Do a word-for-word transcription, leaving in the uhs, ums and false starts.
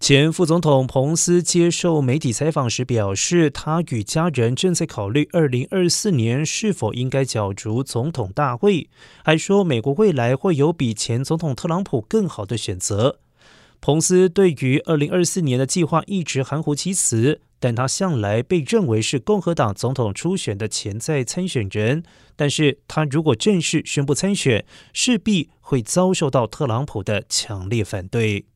前副总统彭斯接受媒体采访时表示，他与家人正在考虑二零二四年是否应该角逐总统大会，还说美国未来会有比前总统特朗普更好的选择。彭斯对于二零二四年的计划一直含糊其辞，但他向来被认为是共和党总统初选的潜在参选人，但是他如果正式宣布参选，势必会遭受到特朗普的强烈反对。